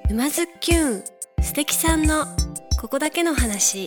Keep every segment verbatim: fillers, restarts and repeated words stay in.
沼津きゅん素敵さんのここだけの話。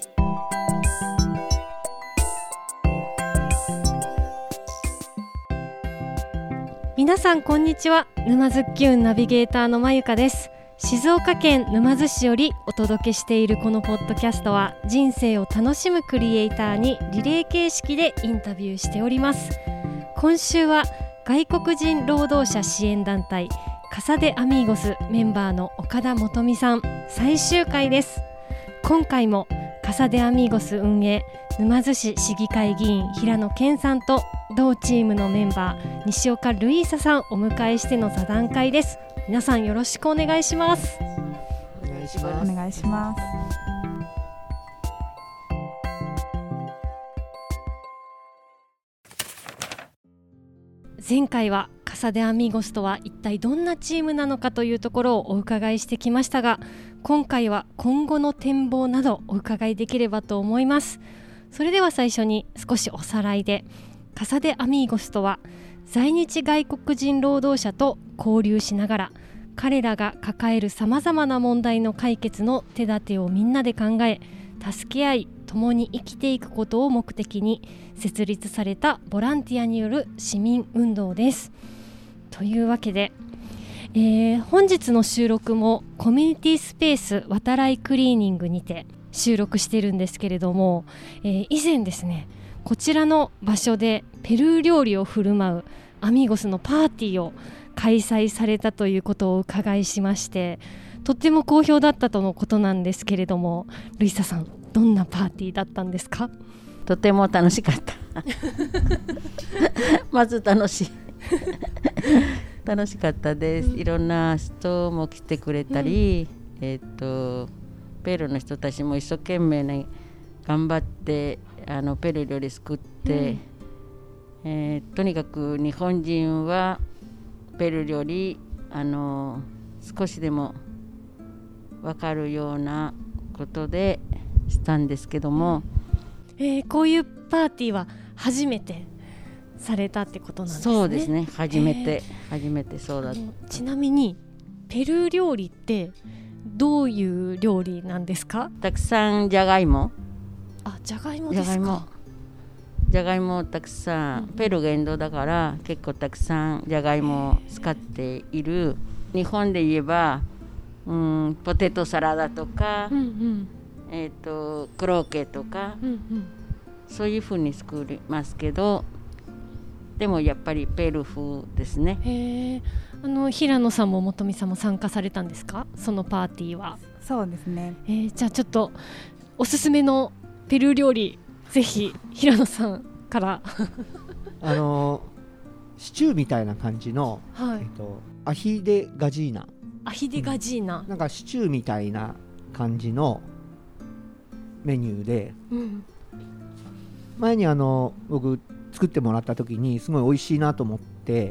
皆さんこんにちは。沼津きゅんナビゲーターのまゆかです。静岡県沼津市よりお届けしているこのポッドキャストは、人生を楽しむクリエイターにリレー形式でインタビューしております。今週は外国人労働者支援団体カサデアミーゴスメンバーの岡田元美さん最終回です。今回もカサデアミーゴス運営沼津市市議会議員平野健さんと同チームのメンバー西岡ルイーサさんをお迎えしての座談会です。皆さんよろしくお願いします。 お願いします。 お願いします。 前回はカサデアミーゴスとは一体どんなチームなのかというところをお伺いしてきましたが、今回は今後の展望などお伺いできればと思います。それでは最初に少しおさらいで、カサデアミーゴスとは在日外国人労働者と交流しながら彼らが抱えるさまざまな問題の解決の手立てをみんなで考え、助け合い共に生きていくことを目的に設立されたボランティアによる市民運動です。というわけで、えー、本日の収録もコミュニティスペース渡来クリーニングにて収録しているんですけれども、えー、以前ですね、こちらの場所でペルー料理を振る舞うアミーゴスのパーティーを開催されたということをお伺いしまして、とっても好評だったとのことなんですけれども、ルイサさんどんなパーティーだったんですか？ とても楽しかったまず楽しい楽しかったです、うん、いろんな人も来てくれたり、うん、えー、とペルーの人たちも一生懸命ね頑張ってあのペルー料理作って、うん、えー、とにかく日本人はペルー料理あの少しでも分かるようなことでしたんですけども、 えー、こういうパーティーは初めてされたってことなんですね。 そうですね、初めて、えー、初めてそうだった。 ちなみにペルー料理ってどういう料理なんですか？ たくさんじゃがいもあ、じゃがいもですか？ じゃがいもをたくさん、うん、ペルーが沿道だから結構たくさんじゃがいもを使っている。日本で言えば、うん、ポテトサラダとか、うんうん、えーと、クローケとか、うんうん、そういう風に作りますけど、でもやっぱりペルー風ですね。 へー、あの平野さんも元美さんも参加されたんですか？そのパーティーは。 そうですね、 えー、じゃあちょっとおすすめのペルー料理ぜひ平野さんからあのシチューみたいな感じの、 はい、 えっと、アヒデガジーナアヒデガジーナ、 うん、なんかシチューみたいな感じのメニューで、うん、前にあの僕作ってもらった時にすごい美味しいなと思って、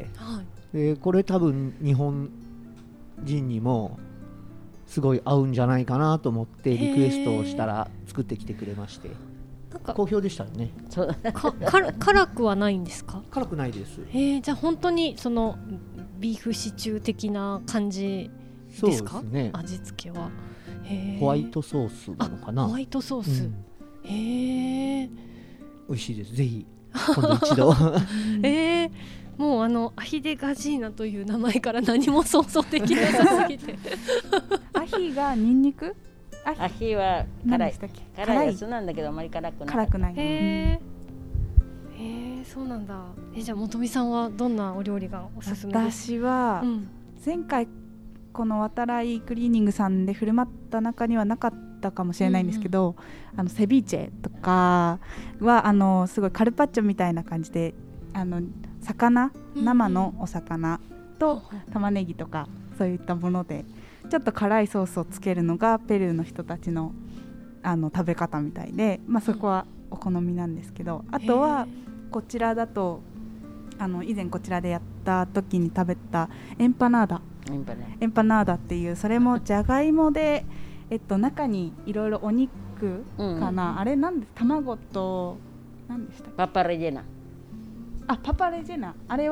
はい、でこれ多分日本人にもすごい合うんじゃないかなと思ってリクエストをしたら作ってきてくれまして、なんか好評でしたよね。 かか辛くはないんですか？ 辛くないです。 へー、じゃあ本当にそのビーフシチュー的な感じですか？そうですね、味付けは。へー、 ホワイトソースなのかな。 ホワイトソース、うん、へー、 美味しいです。ぜひ今度一度えー、もうあのアヒデガジーナという名前から何も想像できなさすぎてアヒがニンニク、 アヒは辛い辛いやつなんだけどあまり辛くない。 辛くない。 へー、へー、そうなんだ。え、じゃあ元美さんはどんなお料理がおすすめですか？ 私は前回この渡来クリーニングさんで振る舞った中にはなかったかもしれないんですけど、うんうん、あのセビーチェとかはあのすごいカルパッチョみたいな感じで、あの魚、生のお魚と玉ねぎとかそういったものでちょっと辛いソースをつけるのがペルーの人たちの、あの食べ方みたいで、まあ、そこはお好みなんですけど、あとはこちらだとあの以前こちらでやった時に食べたエンパナーダエンパナエンパナーダっていう、それもじゃがいもで、えっと、中にいろいろお肉かな、うん、あれなんです、卵と何でしたっけ、 パパレジェナ、 あ、パパレジェナ、あれは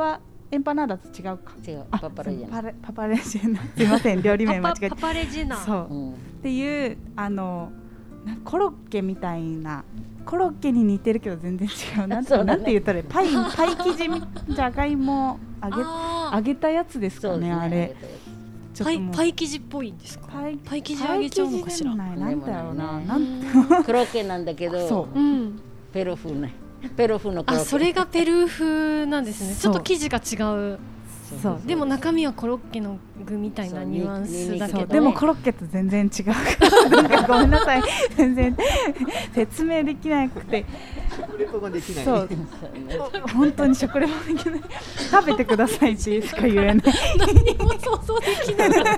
エンパナーダと違うか。 違う、 あパパレジェナパレパパレジェナすいません料理名間違えてパパパレジェナ。 そう、 うん、 っていうあのなコロッケみたいな、コロッケに似てるけど全然違うなんて、 そうだねなんて言ったらいい、パイパイ生地みじゃがいも揚げあ揚げたやつですかそうですね、 ねあれちょっパイともうパイ生地っぽいんですか。 パイパイ生地揚げちゃうのかしら。 パイ生地でもないなんだろうな、 でもなんコロッケなんだけど、 そううん。 ペルー風ね、ペルー風のコロッケ。 あ、それがペルー風なんですね。ちそうょっと生地が違う。 そうでも中身はコロッケの具みたいなニュアンスだけど、 そうでもコロッケと全然違うからなんかごめんなさい全然説明できなくて食レポができない。 そう本当に食レポできない食べてくださいってしか言えない何も想像できない。いや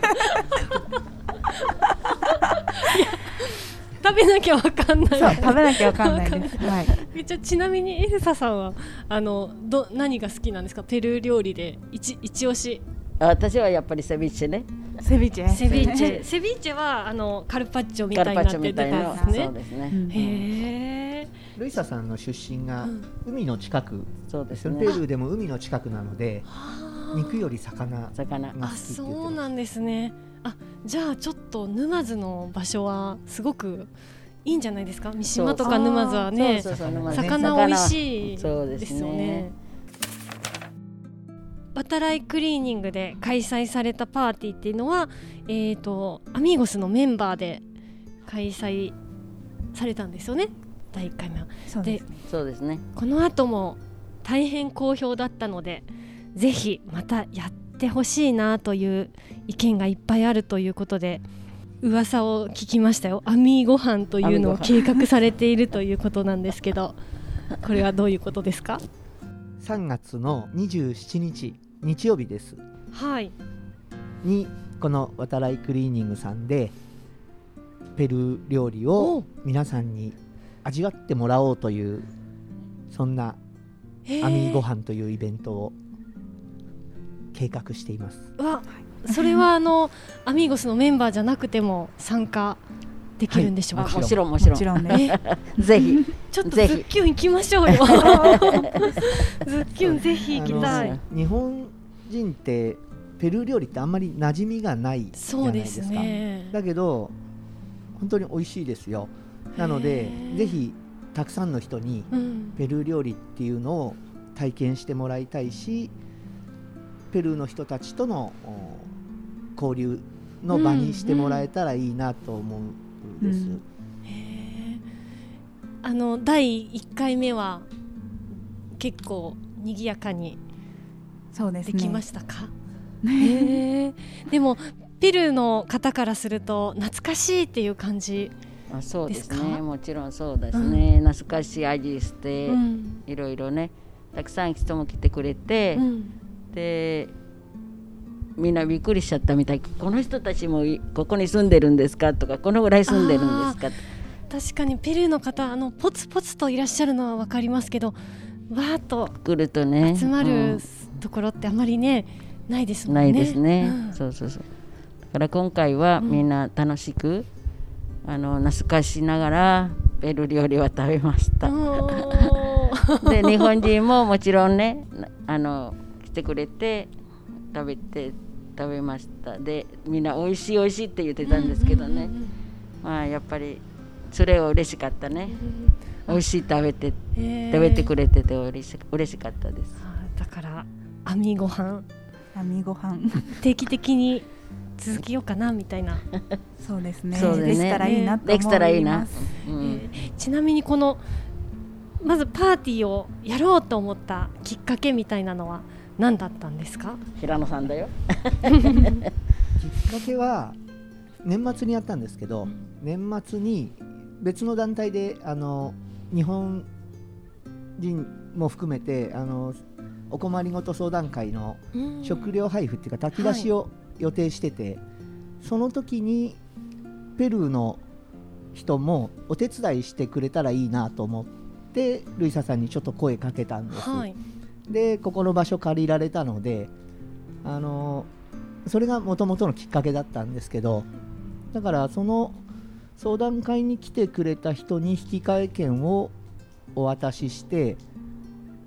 食べなきゃわかんない。 そう食べなきゃわかんないですはいじゃあちなみにエルサさんはあのど何が好きなんですか。ペルー料理で一一押し。 あ、私はやっぱりセビッチェね。 セビチェセビーチェセビーチェはあのカルパッチョみたいになって出たんですね。 そうですね。 うんへえ。 ルイサさんの出身がうん海の近くそうでですすよね。 ねペ。ルーでも海の近くなので肉より魚魚。 あ、 が好きって言ってそうまなんですね。あ、じゃあちょっと沼津の場所はすごくいいんじゃないですか。三島とか沼津はね、 そうそうそう、沼津ね魚美味しいそうでですすねよね。バタライクリーニングで開催されたパーティーっていうのは、えーと、アミーゴスのメンバーで開催されたんですよね、だいいっかいめは。 そうですねそうですね。 この後も大変好評だったので、ぜひまたやってほしいなという意見がいっぱいあるということで、噂を聞きましたよ。アミーご飯というのを計画されているということなんですけど、これはどういうことですか？ さんがつのにじゅうしちにち日曜日ですはい。 にこのワタライクリーニングさんでペルー料理おを皆さんに味わってもらおうという、そんなへーアミーご飯というイベントを計画しています。 わ、それはあのアミーゴスのメンバーじゃなくても参加できるんでしょうあ、 か？ もちろんもちろん。 もちろんねえぜひ。 ちょっとズぜひッキュン行きましょうよ。ズッキュンぜひ行きたい。 あの日本人ってペルー料理ってあんまり馴染みがないじゃそうでないですか。 すね。 だけど本当に美味しいですよ。なのでへーぜひたくさんの人にうん、 ペルー料理っていうのを体験してもらいたいし、ペルーの人たちとのお交流の場にしてもらえたらいいなと思うんです。 うんへーあのだいいっかいめは結構賑やかにそうですねできましたか？へーでもペルーの方からすると懐かしいっていう感じ、 あ、そうですですかね。もちろんそうですね。懐かしい味して、 うんいろいろね、たくさん人も来てくれて、 うんで、みんなびっくりしちゃったみたい。この人たちもいここに住んでるんですかとか、このぐらい住んでるんですか。 確かにペルーの方あのポツポツといらっしゃるのは分かりますけど、わーっと来るとね、 集まうるんところってあまりねないですもんね。 ないですね、 うんそうそうそう。だから今回はみんな楽しく、あの懐かしながらペルー料理は食べました。 おーで日本人ももちろんね、あの来てくれて食べて食べました。でみんな美味しい美味しいって言ってたんですけどね、 うんうんうんうんまあやっぱりそれは嬉しかったね。美味しい食べてへー食べてくれてて嬉し嬉しかったです。 あーだからアミご飯アミご飯定期的に続けようかなみたいな、 そうですねそうだねできたらいいなと思います。 できたらいいな、うんえーちなみにこのまずパーティーをやろうと思ったきっかけみたいなのは何だったんですか？ 平野さんだよ。 きっかけは年末にやったんですけど、年末に別の団体であの日本人も含めてあのお困りごと相談会のうん食料配布っていうか炊き出しを予定してて、その時にペルーの人もお手伝いしてくれたらいいなと思ってルイサさんにちょっと声かけたんです、 はい、 でここの場所借りられたので、あのそれがもともとのきっかけだったんですけど、だからその相談会に来てくれた人に引換券をお渡しして、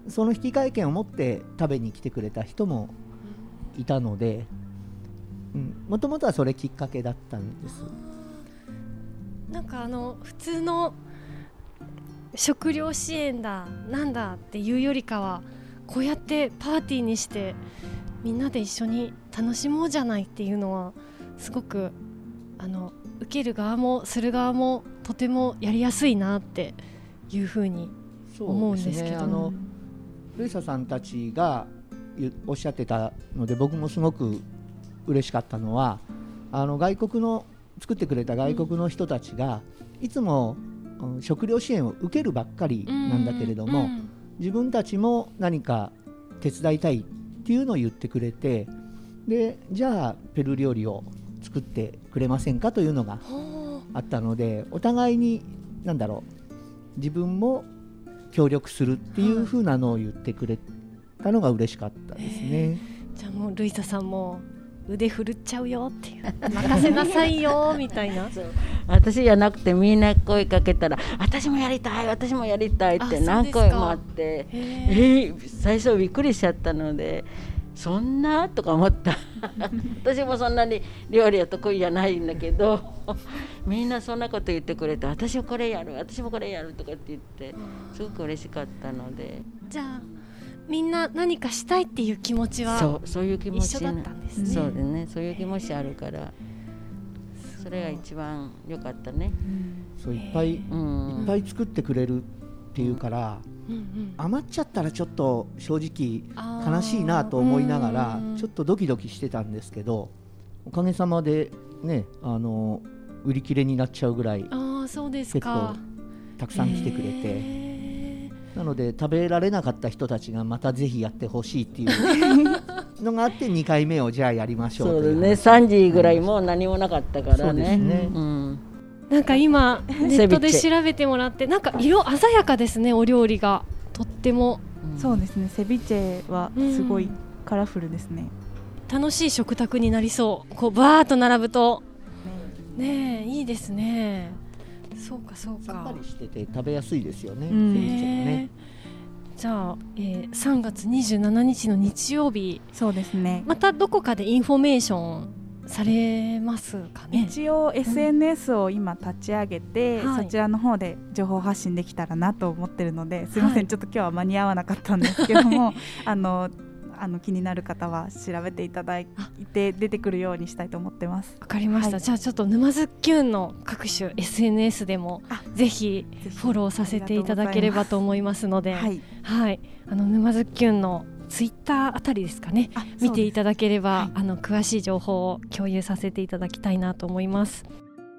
その引換券を持って食べに来てくれた人もいたので、もともとはそれきっかけだったんです。 なんかあの普通の食料支援だなんだっていうよりかは、こうやってパーティーにしてみんなで一緒に楽しもうじゃないっていうのはすごくあの受ける側もする側もとてもやりやすいなっていうふうに思うんですけど、 あのルイサさんたちがおっしゃってたので僕もすごく嬉しかったのは、あの外国の作ってくれた外国の人たちがいつも食料支援を受けるばっかりなんだけれども、うんうん、自分たちも何か手伝いたいっていうのを言ってくれて、でじゃあペルー料理を作ってくれませんかというのがあったので、お互いに何だろう、自分も協力するっていう風なのを言ってくれたのが嬉しかったですね。 じゃあもうルイサさんも腕振るっちゃうよっていう任せなさいよみたいな私じゃなくてみんな声かけたら私もやりたい私もやりたいって何回もあって、えー、最初びっくりしちゃったので、そんなとか思った私もそんなに料理は得意じゃないんだけどみんなそんなこと言ってくれて、私もこれやる私もこれやるとかって言ってすごく嬉しかったので、 じゃあみんな何かしたいっていう気持ちはそうそういう気持ち一緒だったんですね。 そうですね、そういう気持ちあるからそれが一番良かったね、 うん、そういっぱい、うん、いっぱい作ってくれるっていうから、うんうん、余っちゃったらちょっと正直悲しいなと思いながらちょっとドキドキしてたんですけど、おかげさまでね、あの売り切れになっちゃうぐらいあそうですか、 結構たくさん来てくれて、なので食べられなかった人たちがまたぜひやってほしいっていうのがあってにかいめをじゃあやりましょうという。 そうですね、さんじぐらいも何もなかったからね。そうですね、うん、 なんか今ネットで調べてもらってなんか色鮮やかですね、お料理がとっても、 うん、そうですね、セビチェはすごいカラフルですね、 うん、楽しい食卓になりそう、こうバーっと並ぶとねえいいですね。そうかそうか、 さっぱりしてて食べやすいですよね、 うん、セビチェね。じゃあ、えー、さんがつにじゅうしちにちの日曜日、 そうですね、 またどこかでインフォメーションされますかね。 一応 エスエヌエス を今立ち上げて、うん、そちらの方で情報発信できたらなと思ってるので、すいません、はい、ちょっと今日は間に合わなかったんですけどもあのあの気になる方は調べていただいて出てくるようにしたいと思ってます。 わかりました、はい、じゃあちょっと沼津きゅんの各種 エスエヌエス でもぜひフォローさせていただければと思いますので、はい、はい、あの沼津きゅんのツイッターあたりですかね、見ていただければ、はい、あの詳しい情報を共有させていただきたいなと思います。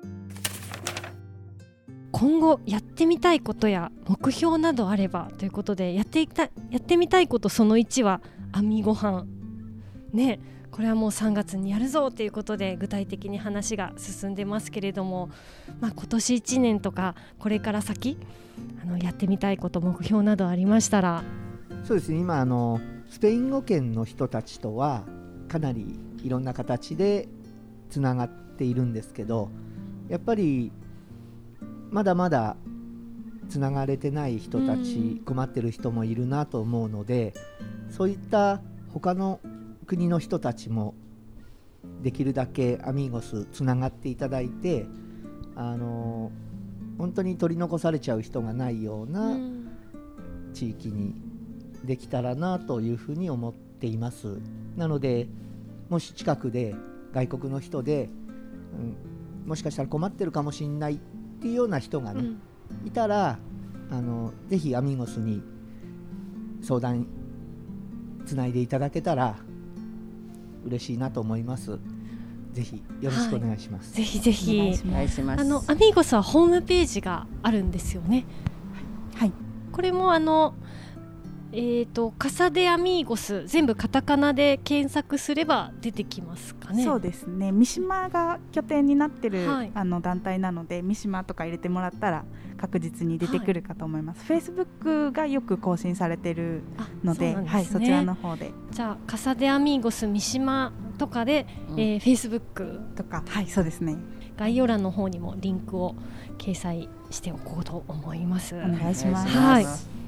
今後やってみたいことや目標などあればということで、やっていたやってみたいことそのいちは編みご飯ね、これはもうさんがつにやるぞということで具体的に話が進んでますけれども、まあ、今年いちねんとかこれから先あのやってみたいこと目標などありましたら。 そうですね、今あのスペイン語圏の人たちとはかなりいろんな形でつながっているんですけど、やっぱりまだまだつながれてない人たち、困ってる人もいるなと思うので、そういった他の国の人たちもできるだけアミーゴスつながっていただいて、あの本当に取り残されちゃう人がないような地域にできたらなというふうに思っています。なのでもし近くで外国の人で、うん、もしかしたら困ってるかもしれないっていうような人がね、うんいたらあのぜひアミーゴスに相談つないでいただけたら嬉しいなと思います。ぜひよろしくお願いします。 はい、ぜひぜひお願いします。 あのアミーゴスはホームページがあるんですよね。 はい、 これもあのえーとカサデアミーゴス全部カタカナで検索すれば出てきますかね。 そうですね、三島が拠点になってる、はい、あの団体なので三島とか入れてもらったら確実に出てくるかと思います。はい、Facebook がよく更新されてるの で, そ, で、ねはい、そちらの方でじゃあカサデアミーゴス三島とかで、うんえー、Facebook とか、はい、そうですね、 概要欄の方にもリンクを掲載しておこうと思います。 お願いします。 はい、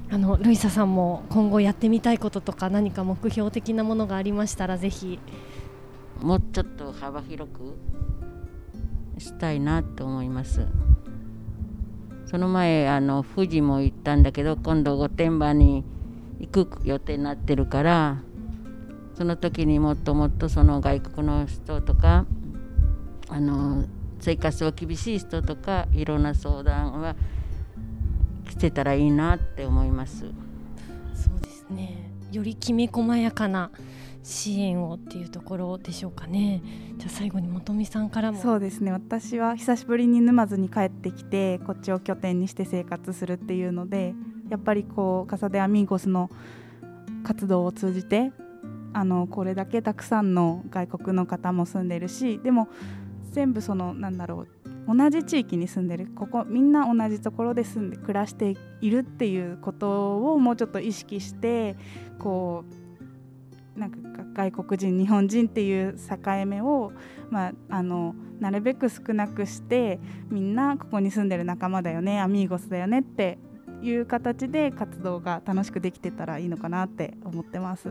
あのルイサさんも今後やってみたいこととか何か目標的なものがありましたらぜひ。 もうちょっと幅広くしたいなと思います。その前あの富士も行ったんだけど、今度御殿場に行く予定になってるから、その時にもっともっとその外国の人とかあの生活が厳しい人とかいろんな相談は来てたらいいなって思います。 そうですね、よりきめ細やかな支援をっていうところでしょうかね。じゃあ最後に本美さんからも。 そうですね、私は久しぶりに沼津に帰ってきてこっちを拠点にして生活するっていうので、やっぱりこうカサデアミーゴスの活動を通じてあのこれだけたくさんの外国の方も住んでるし、でも全部そのなんだろう同じ地域に住んでる、ここみんな同じところで住んで暮らしているっていうことをもうちょっと意識して、こうなんか外国人日本人っていう境目を、まあ、あのなるべく少なくして、みんなここに住んでる仲間だよね、アミーゴスだよねっていう形で活動が楽しくできてたらいいのかなって思ってます。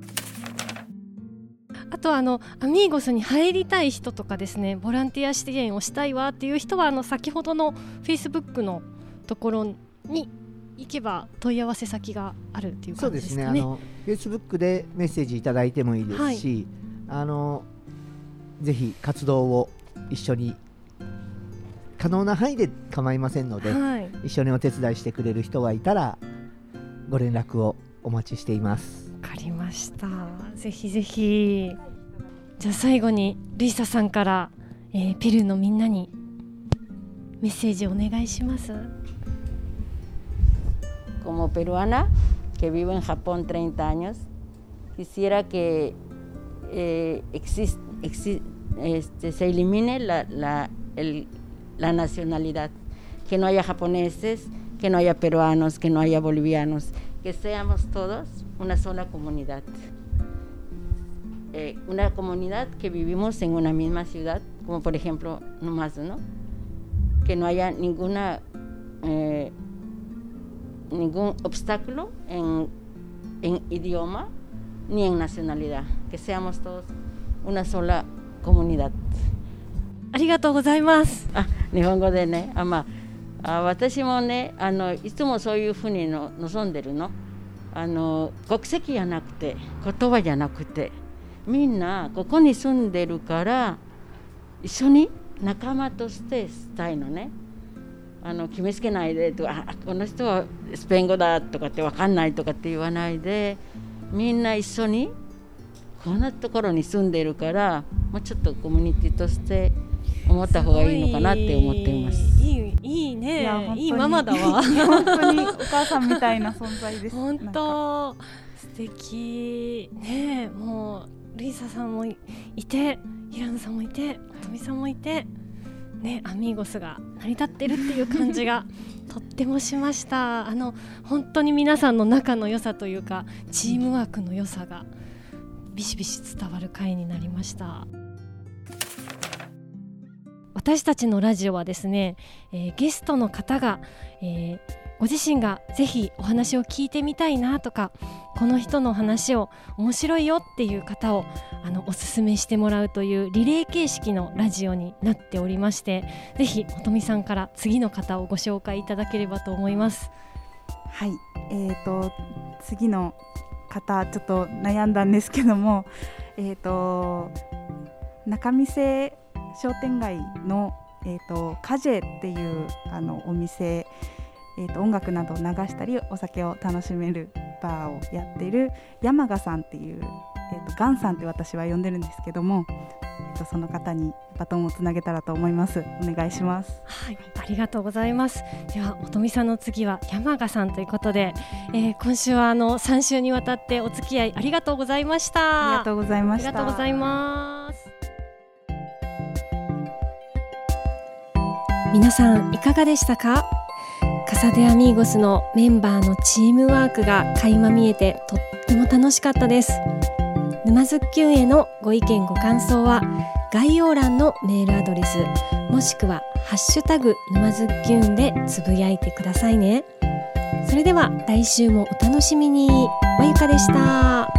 あとあのアミーゴスに入りたい人とかですね、ボランティア支援をしたいわっていう人はあの先ほどの Facebook のところに行けば問い合わせ先があるっていう感じですかね。 そうですね、あの Facebook でメッセージいただいてもいいですし、はい、あのぜひ活動を一緒に可能な範囲で構いませんので、はい、一緒にお手伝いしてくれる人がいたらご連絡をお待ちしています。 わかりました、ぜひぜひ。じゃあ最後にルイサさんから、えー、ペルーのみんなにメッセージをお願いします。 Como peruana que vivo en Japón treinta años, quisiera que eh, exist, exist, este, se elimine la, la, el, la nacionalidad, que no haya japoneses, que no haya peruanos, que no haya bolivianos, que seamos todos una sola comunidad, eh, una comunidad que vivimos en una misma ciudad, como por ejemplo Numazu, ¿no? Que no haya ninguna eh, ningún obstáculo en, en idioma ni en nacionalidad, que seamos todos una sola comunidad. ありがとうございます。 あ、日本語でね、あ、まあ、あ私もね、あのいつもそういうふうにの望んでるの。あの国籍じゃなくて言葉じゃなくて、みんなここに住んでるから一緒に仲間としてしたいのね。あの決めつけないでとか、あこの人はスペイン語だとかって分かんないとかって言わないで、みんな一緒にこんなところに住んでるから、もうちょっとコミュニティとして思った方がいいのかなって思っています。 いい、いいね、いいママだわ。 本当にお母さんみたいな存在です。 本当素敵ね。もうルイサさんもいて、平野さんもいて、とみさんもいてね、アミーゴスが成り立ってるっていう感じがとってもしました。あの本当に皆さんの仲の良さというかチームワークの良さがビシビシ伝わる回になりました。私たちのラジオはですね、えー、ゲストの方が、えー、ご自身がぜひお話を聞いてみたいなとか、この人の話を面白いよっていう方をあのおすすめしてもらうというリレー形式のラジオになっておりまして、ぜひ本美さんから次の方をご紹介いただければと思います。 はい、えーと次の方ちょっと悩んだんですけども、えーと仲見世商店街の、えーとカジェっていうあのお店、えーと音楽などを流したりお酒を楽しめるバーをやっている山賀さんっていう、えーとガンさんって私は呼んでるんですけども、えーとその方にバトンをつなげたらと思います。お願いします。 はい、ありがとうございます。では本美さんの次は山賀さんということで、えー、今週はあのさん週にわたってお付き合いありがとうございました。 ありがとうございました。 ありがとうございます。皆さんいかがでしたか？カサデアミーゴスのメンバーのチームワークが垣間見えてとっても楽しかったです。沼津きゅんへのご意見ご感想は概要欄のメールアドレスもしくはハッシュタグ沼津きゅんでつぶやいてくださいね。 それでは来週もお楽しみに。まゆかでした。